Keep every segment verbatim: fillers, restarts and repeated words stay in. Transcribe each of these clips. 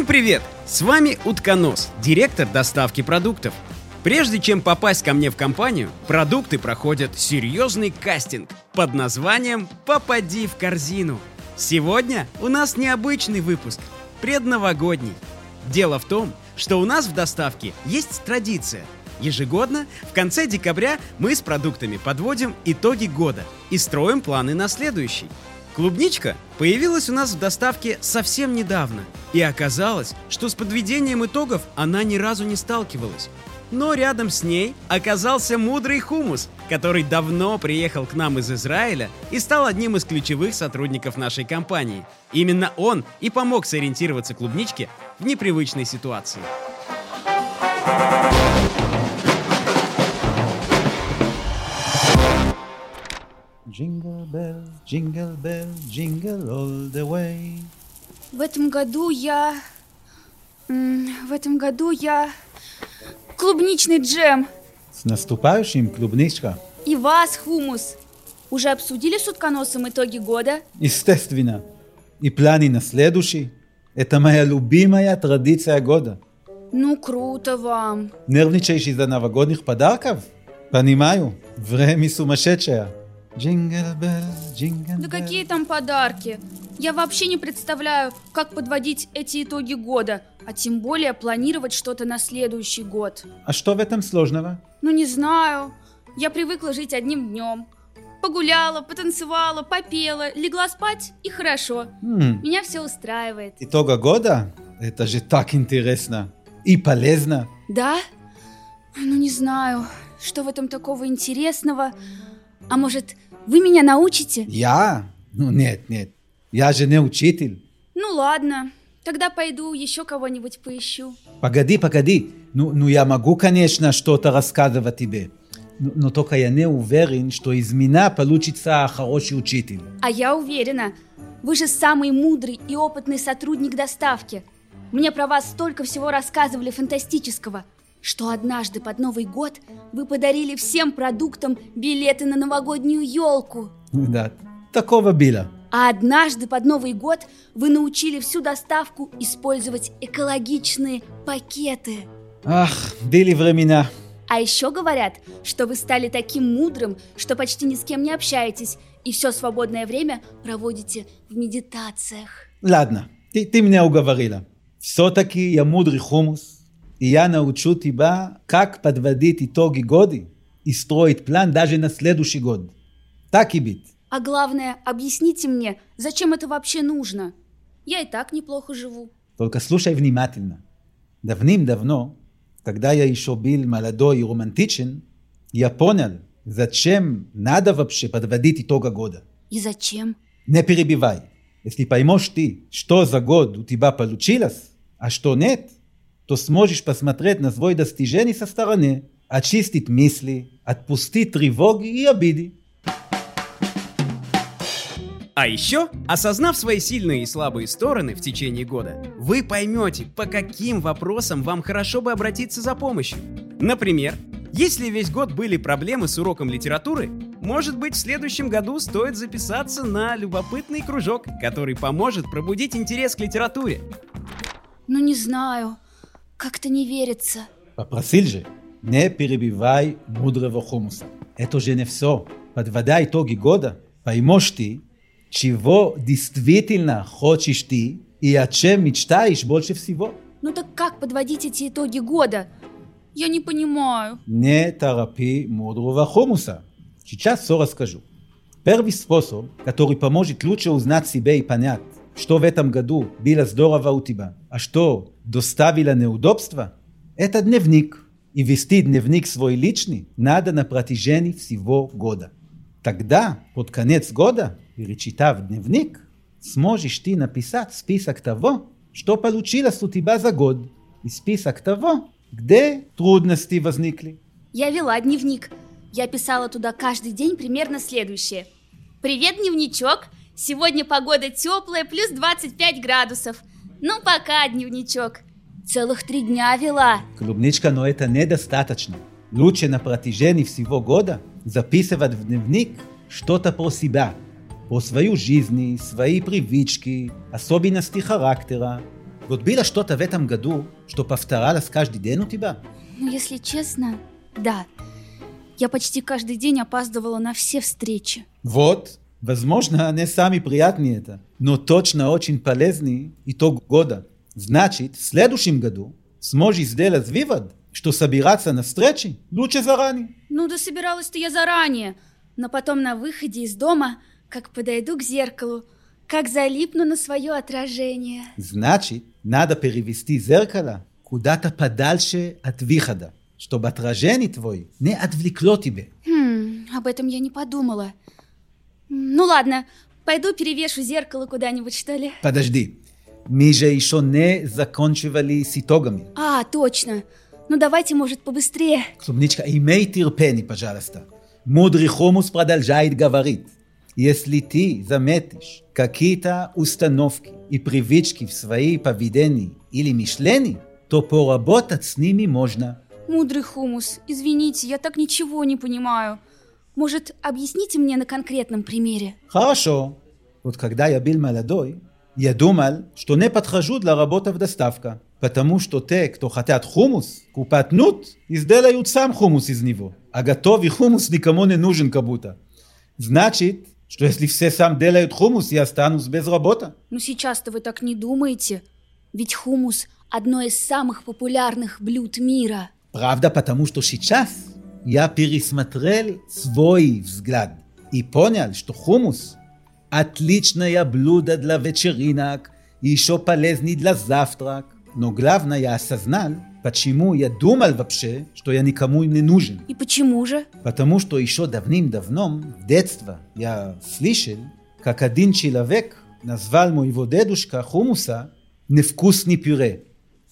привет! С вами Утконос, директор доставки продуктов. Прежде чем попасть ко мне в компанию, продукты проходят серьезный кастинг под названием «Попади в корзину». Сегодня у нас необычный выпуск, предновогодний. Дело в том, что у нас в доставке есть традиция. Ежегодно в конце декабря мы с продуктами подводим итоги года и строим планы на следующий. Клубничка появилась у нас в доставке совсем недавно, и оказалось, что с подведением итогов она ни разу не сталкивалась. Но рядом с ней оказался мудрый хумус, который давно приехал к нам из Израиля и стал одним из ключевых сотрудников нашей компании. Именно он и помог сориентироваться клубничке в непривычной ситуации. Jingle bell, jingle bell, jingle all the way. В этом году я... В этом году я... Клубничный джем. С наступающим, клубничка. И вас, хумус. Уже обсудили с Утконосом итоги года? Естественно. И планы на следующий. Это моя любимая традиция года. Ну, круто вам. Нервничаешь из-за новогодних подарков? Понимаю. Время сумасшедшее. Jingle bell, jingle bell. Да какие там подарки? Я вообще не представляю, как подводить эти итоги года, а тем более планировать что-то на следующий год. А что в этом сложного? Ну не знаю. Я привыкла жить одним днем. Погуляла, потанцевала, попела, легла спать и хорошо. М. Меня все устраивает. Итога года? Это же так интересно. И полезно. Да? Ну не знаю, что в этом такого интересного. А может, вы меня научите? Я? Ну нет, нет. Я же не учитель. Ну ладно, тогда пойду еще кого-нибудь поищу. Погоди, погоди. Ну, ну я могу, конечно, что-то рассказывать тебе. Но, но только я не уверен, что из меня получится хороший учитель. А я уверена, вы же самый мудрый и опытный сотрудник доставки. Мне про вас столько всего рассказывали фантастического, что однажды под Новый год вы подарили всем продуктам билеты на новогоднюю елку. Да, такого было. А однажды под Новый год вы научили всю доставку использовать экологичные пакеты. Ах, были времена. А еще говорят, что вы стали таким мудрым, что почти ни с кем не общаетесь и все свободное время проводите в медитациях. Ладно, ты, ты меня уговорила. Все-таки я мудрый хумус. И я научу тебя, как подводить итоги года и строить план даже на следующий год. Так и быть. А главное, объясните мне, зачем это вообще нужно? Я и так неплохо живу. Только слушай внимательно. Давным-давно, когда я еще был молодой и романтичен, я понял, зачем надо вообще подводить итоги года. И зачем? Не перебивай. Если поймешь ты, что за год у тебя получилось, а что нет, то сможешь посмотреть на свои достижения со стороны, очистить мысли, отпустить тревоги и обиды. А еще, осознав свои сильные и слабые стороны в течение года, вы поймете, по каким вопросам вам хорошо бы обратиться за помощью. Например, если весь год были проблемы с уроком литературы, может быть, в следующем году стоит записаться на любопытный кружок, который поможет пробудить интерес к литературе. Ну не знаю, как-то не верится. Попросил же, не перебивай мудрого хумуса. Это же не все. Подводя итоги года, поймешь ты, чего действительно хочешь ты и о чем мечтаешь больше всего. Ну так как подводить эти итоги года? Я не понимаю. Не торопи мудрого хумуса. Сейчас все расскажу. Первый способ, который поможет лучше узнать себя и понять, что в этом году было здорово у тебя, а что доставило неудобства, это дневник. И вести дневник свой личный надо на протяжении всего года. Тогда, под конец года, перечитав дневник, сможешь ты написать список того, что получилось у тебя за год, и список того, где трудности возникли. Я вела дневник. Я писала туда каждый день примерно следующее. Привет, дневничок! Сегодня погода теплая, плюс двадцать пять градусов. Ну пока, дневничок. Целых три дня вела. Клубничка, но это недостаточно. Лучше на протяжении всего года записывать в дневник что-то про себя, про свою жизнь, свои привычки, особенности характера. Вот было что-то в этом году, что повторялось каждый день у тебя? Ну, если честно, да. Я почти каждый день опаздывала на все встречи. Вот, возможно, не самый приятный это, но точно очень полезный итог года. Значит, в следующем году сможешь сделать вывод, что собираться на встречи лучше заранее. Ну да собиралась-то я заранее, но потом на выходе из дома, как подойду к зеркалу, как залипну на свое отражение. Значит, надо перевести зеркало куда-то подальше от выхода, чтобы отражение твое не отвлекло тебя. Хм, об этом я не подумала. Ну ладно, пойду перевешу зеркало куда-нибудь, что ли. Подожди, мы же еще не закончивали с итогами. А, точно. Ну давайте, может, побыстрее. Клубничка, имей терпение, пожалуйста. Мудрый хумус продолжает говорить. Если ты заметишь какие-то установки и привычки в своей поведении или мышлении, то поработать с ними можно. Мудрый хумус, извините, я так ничего не понимаю. Может, объясните мне на конкретном примере? Хорошо. Вот когда я был молодой, я думал, что не подхожу для работы в доставке, потому что те, кто хотят хумус, купатнут и сделают сам хумус из него. А готовый хумус никому не нужен как будто. Значит, что если все сам делают хумус, я останусь без работы. Ну сейчас-то вы так не думаете. Ведь хумус – одно из самых популярных блюд мира. Правда, потому что сейчас я пересмотрел свой взгляд и понял, что хумус – отличное блюдо для вечеринок и еще полезный для завтрак. Но главное, я осознал, почему я думал вообще, что я никому не нужен. И почему же? Потому что еще давным-давно, в детстве, я слышал, как один человек назвал моего дедушка хумуса невкусный пюре.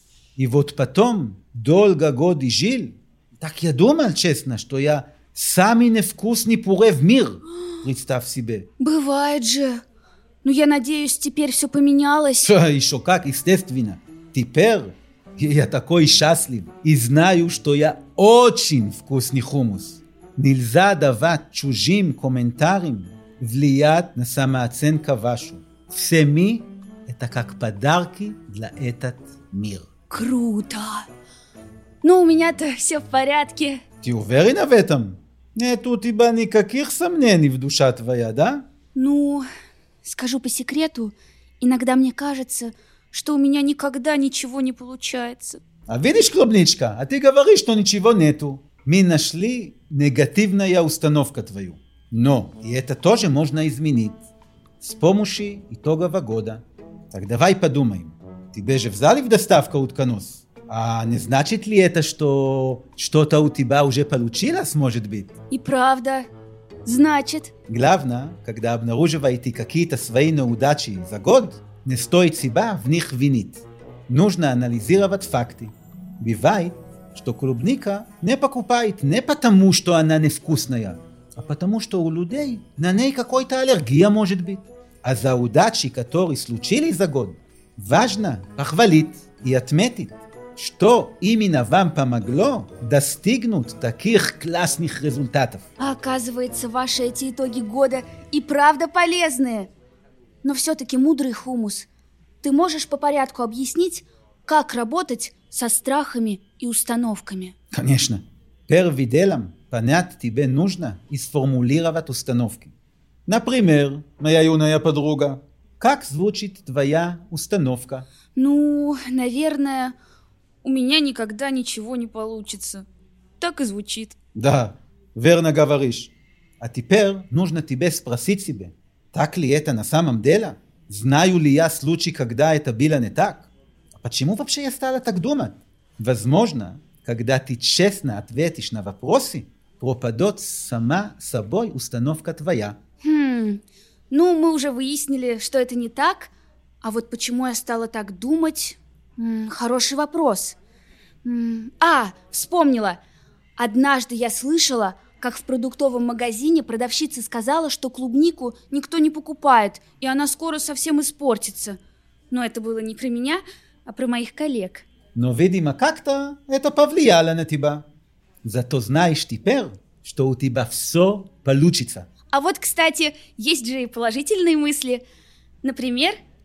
И вот потом, долго годы жил, так я думал, честно, что я самый невкусный пюре в мир. Представь себе. Бывает же. Ну, я надеюсь, теперь все поменялось. Еще как, естественно. Теперь я такой счастлив и знаю, что я очень вкусный хумус. Нельзя давать чужим комментариям влиять на самооценку вашу. Все мы – это как подарки для этого мира. Круто. Ну, у меня-то все в порядке. Ты уверена в этом? Нет у тебя никаких сомнений в душе твоя, да? Ну, скажу по секрету, иногда мне кажется, что у меня никогда ничего не получается. А видишь, клубничка, а ты говоришь, что ничего нету. Мы нашли негативную установку твою. Но и это тоже можно изменить с помощью итогового года. Так давай подумаем. Тебе же взяли в доставку утконос. А не значит ли это, что что-то у тебя уже получилось, может быть? И правда. Значит. Главное, когда обнаруживаете какие-то свои неудачи за год, не стоит себя в них винить. Нужно анализировать факты. Бывает, что клубника не покупает не потому, что она невкусная, а потому, что у людей на ней какой-то аллергия может быть. А за удачи, которые случились за год, важно похвалить и отметить, что именно вам помогло достигнуть таких классных результатов. А оказывается, ваши эти итоги года и правда полезные. Но все-таки, мудрый хумус, ты можешь по порядку объяснить, как работать со страхами и установками? Конечно. Первым делом понять тебе нужно и сформулировать установки. Например, моя юная подруга, как звучит твоя установка? Ну, наверное, у меня никогда ничего не получится. Так и звучит. Да, верно говоришь. А теперь нужно тебе спросить себе, так ли это на самом деле? Знаю ли я случай, когда это было не так? А почему вообще я стала так думать? Возможно, когда ты честно ответишь на вопросы, пропадет сама собой установка твоя. Хм, ну мы уже выяснили, что это не так. А вот почему я стала так думать? М, хороший вопрос. М, а, вспомнила. Однажды я слышала, как в продуктовом магазине продавщица сказала, что клубнику никто не покупает, и она скоро совсем испортится. Но это было не про меня, а про моих коллег. Но, видимо, как-то это повлияло на тебя. Зато знаешь теперь, что у тебя все получится. А вот, кстати, есть же и положительные мысли. Например,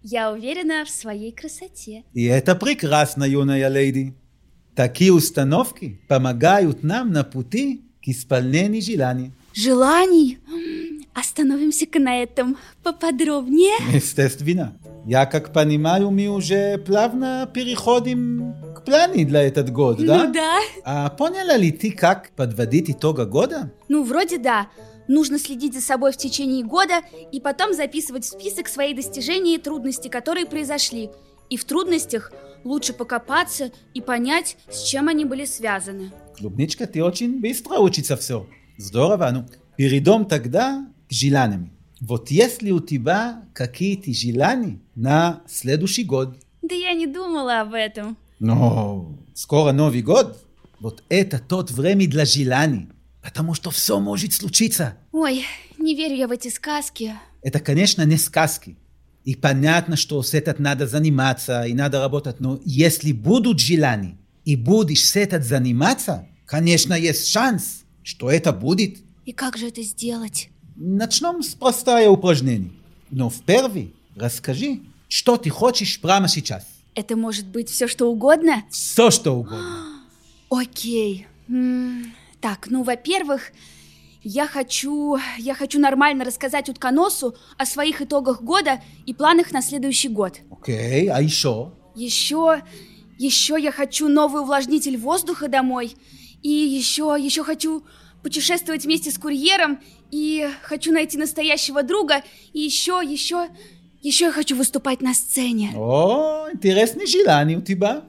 Я уверена в своей красоте. И это прекрасно, юная леди. Такие установки помогают нам на пути к исполнению желаний. Желаний? Остановимся-ка на этом поподробнее. Естественно. Я, как понимаю, мы уже плавно переходим к плану для этого года, да? Ну да. А поняла ли ты, как подводить итога года? Ну, вроде да. Нужно следить за собой в течение года и потом записывать в список свои достижения и трудности, которые произошли. И в трудностях лучше покопаться и понять, с чем они были связаны. Клубничка, ты очень быстро учится все. Здорово. Ну, перейдем тогда к желаниям. Вот если у тебя какие-то желания на следующий год? Да я не думала об этом. Но скоро Новый год. Вот это тот время для желаний. Потому что все может случиться. Ой, не верю я в эти сказки. Это, конечно, не сказки. И понятно, что с этим надо заниматься и надо работать. Но если будут желания и будешь с этим заниматься, конечно, есть шанс, что это будет. И как же это сделать? Начнем с простое упражнение. Но впервые расскажи, что ты хочешь прямо сейчас. Это может быть все, что угодно? Все, что угодно. Окей. М-м- так, ну, во-первых, я хочу, я хочу нормально рассказать утконосу о своих итогах года и планах на следующий год. Окей, а еще? Еще, еще я хочу новый увлажнитель воздуха домой. И еще, еще хочу путешествовать вместе с курьером. И хочу найти настоящего друга. И еще, еще, еще я хочу выступать на сцене. О, интересные желания у тебя.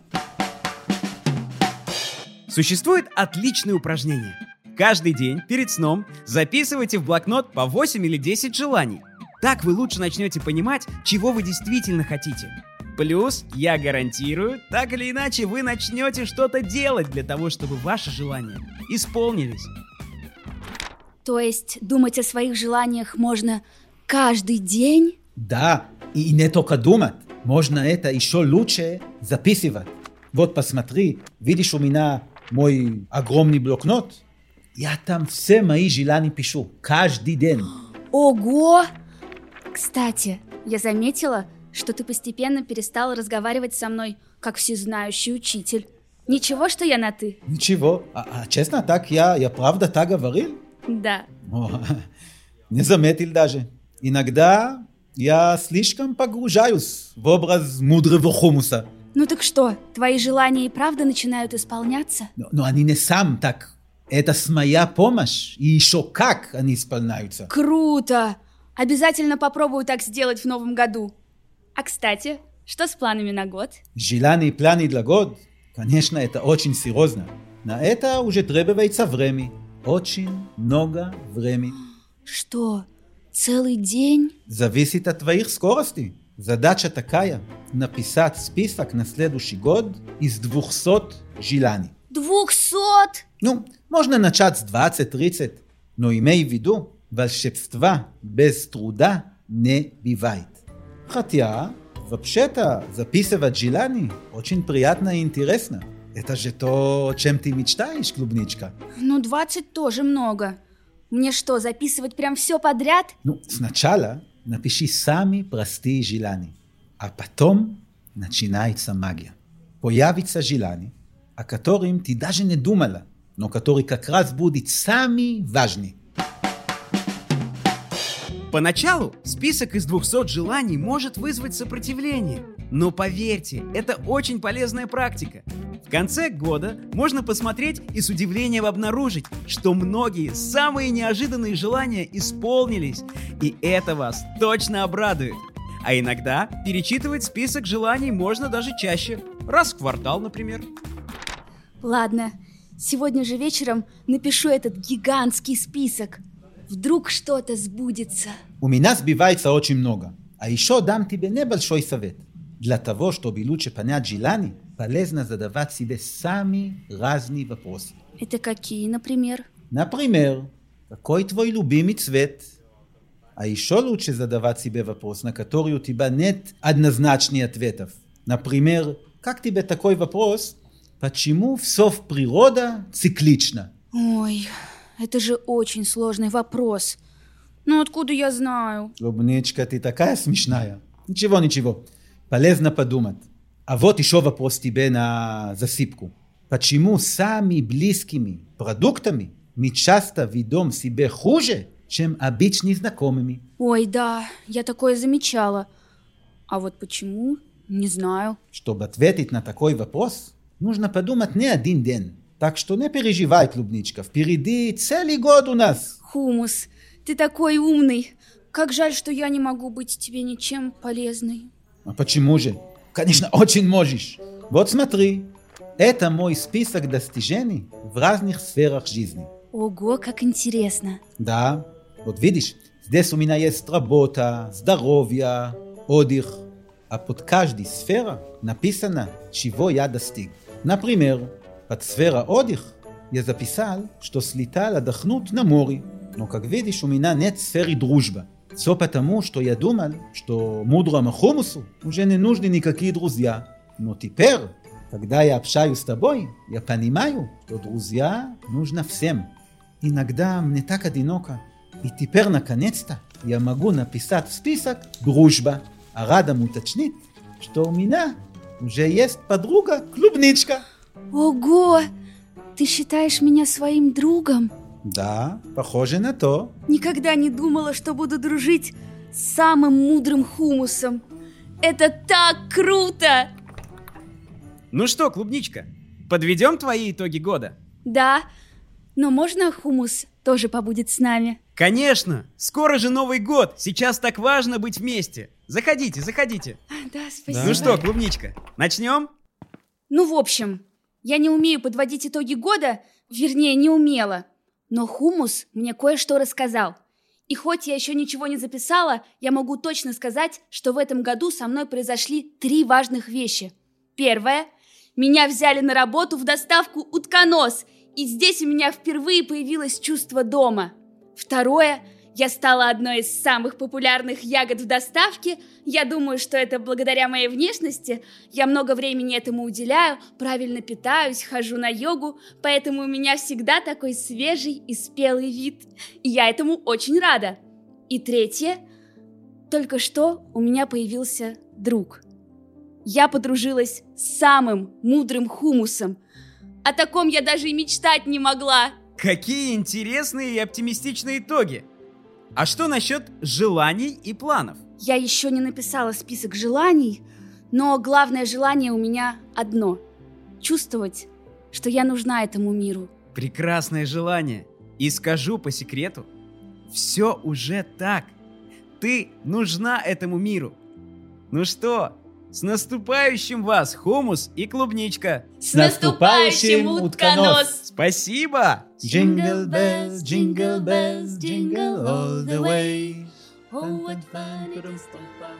Существует отличное упражнение. Каждый день перед сном записывайте в блокнот по восемь или десять желаний. Так вы лучше начнете понимать, чего вы действительно хотите. Плюс, я гарантирую, так или иначе вы начнете что-то делать для того, чтобы ваши желания исполнились. То есть думать о своих желаниях можно каждый день? Да, и не только думать. Можно это еще лучше записывать. Вот посмотри, видишь у меня мой огромный блокнот? Я там все мои желания пишу, каждый день. Ого! Кстати, я заметила, что ты постепенно перестал разговаривать со мной, как всезнающий учитель. Ничего, что я на «ты». Ничего. А, а честно, так я, я правда так говорил? Да. О, не заметил даже. Иногда я слишком погружаюсь в образ мудрого хумуса. Ну так что, твои желания и правда начинают исполняться? Но, но они не сам так. Это с моя помощь. И еще как они исполняются. Круто! Обязательно попробую так сделать в новом году. А кстати, что с планами на год? Желания и планы для года? Конечно, это очень серьезно. На это уже требуется время. Очень много времени. Что, целый день? Зависит от твоих скоростей. Задача такая – написать список на следующий год из двухсот желаний. Двухсот? Ну, можно начать с двадцать-тридцать, но имей в виду, волшебства без труда не бывает. Хотя, вообще-то, записывать желания очень приятно и интересно. Это же то, о чем ты мечтаешь, клубничка. Ну, двадцать тоже много. Мне что, записывать прям все подряд? Ну, сначала напиши самые простые желания, а потом начинается магия. Появится желание, о котором ты даже не думала, но который как раз будет самый важный. Поначалу список из двухсот желаний может вызвать сопротивление, но поверьте, это очень полезная практика. В конце года можно посмотреть и с удивлением обнаружить, что многие самые неожиданные желания исполнились, и это вас точно обрадует. А иногда перечитывать список желаний можно даже чаще, раз в квартал, например. Ладно, сегодня же вечером напишу этот гигантский список. Вдруг что-то сбудется. У меня сбивается очень много. А еще дам тебе небольшой совет. Для того, чтобы лучше понять желание, полезно задавать себе самые разные вопросы. Это какие, например? Например, какой твой любимый цвет? А еще лучше задавать себе вопрос, на который у тебя нет однозначных ответов. Например, как тебе такой вопрос? Почему все в природе циклично? Ой, это же очень сложный вопрос. Ну откуда я знаю? Клубничка, ты такая смешная. Ничего, ничего. Полезно подумать. А вот еще вопрос тебе на засыпку. Почему самыми близкими продуктами мы часто ведем себя хуже, чем обычными знакомыми? Ой, да, я такое замечала. А вот почему? Не знаю. Чтобы ответить на такой вопрос, нужно подумать не один день. Так что не переживай, клубничка, впереди целый год у нас. Хумус, ты такой умный. Как жаль, что я не могу быть тебе ничем полезной. А почему же? Конечно, очень можешь. Вот смотри, это мой список достижений в разных сферах жизни. Ого, как интересно. Да, вот видишь, здесь у меня есть работа, здоровье, отдых. А под каждой сферой написано, чего я достиг. Например, под сфера отдых я записал, что слетал отдохнуть на море. Но, как видишь, у меня нет сферы дружбы. Все потому, что я думал, что мудрому хумусу уже не нужны никакие друзья. Но теперь, когда я общаюсь с тобой, я понимаю, что друзья нужны всем. Иногда мне так одиноко. И теперь, наконец-то, я могу написать в список дружба. А рядом уточнить, что у меня уже есть подруга клубничка. Ого! Ты считаешь меня своим другом? Да, похоже на то. Никогда не думала, что буду дружить с самым мудрым хумусом. Это так круто! Ну что, клубничка, подведем твои итоги года? Да, но можно хумус тоже побудет с нами? Конечно! Скоро же Новый год! Сейчас так важно быть вместе! Заходите, заходите! Да, спасибо. Ну что, клубничка, начнем? Ну, в общем, я не умею подводить итоги года, вернее, не умела. Но хумус мне кое-что рассказал. И хоть я еще ничего не записала, я могу точно сказать, что в этом году со мной произошли три важных вещи. Первое. Меня взяли на работу в доставку «Утконос», и здесь у меня впервые появилось чувство дома. Второе. Я стала одной из самых популярных ягод в доставке. Я думаю, что это благодаря моей внешности. Я много времени этому уделяю, правильно питаюсь, хожу на йогу, поэтому у меня всегда такой свежий и спелый вид. И я этому очень рада. И третье. Только что у меня появился друг. Я подружилась с самым мудрым хумусом. О таком я даже и мечтать не могла. Какие интересные и оптимистичные итоги! А что насчет желаний и планов? Я еще не написала список желаний, но главное желание у меня одно – чувствовать, что я нужна этому миру. Прекрасное желание. И скажу по секрету, все уже так. Ты нужна этому миру. Ну что, с наступающим вас, хумус и клубничка! С наступающим, утконос! Спасибо! Jingle bells, jingle bells, jingle all the way. Oh, what fun it is to fun.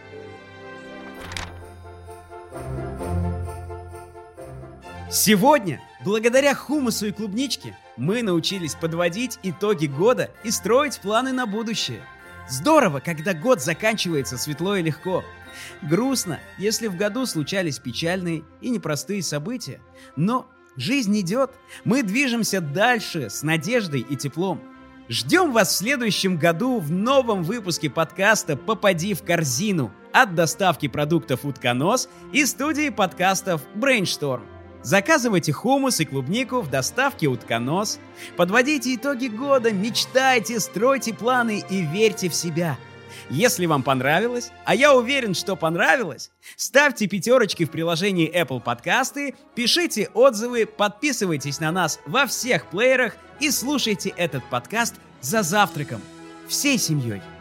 Сегодня, благодаря хумусу и клубничке, мы научились подводить итоги года и строить планы на будущее. Здорово, когда год заканчивается светло и легко. Грустно, если в году случались печальные и непростые события. Но жизнь идет, мы движемся дальше с надеждой и теплом. Ждем вас в следующем году в новом выпуске подкаста «Попади в корзину» от доставки продуктов «Утконос» и студии подкастов Brainstorm. Заказывайте хумус и клубнику в доставке «Утконос». Подводите итоги года, мечтайте, стройте планы и верьте в себя. Если вам понравилось, а я уверен, что понравилось, ставьте пятерочки в приложении Apple Подкасты, пишите отзывы, подписывайтесь на нас во всех плеерах и слушайте этот подкаст за завтраком всей семьей.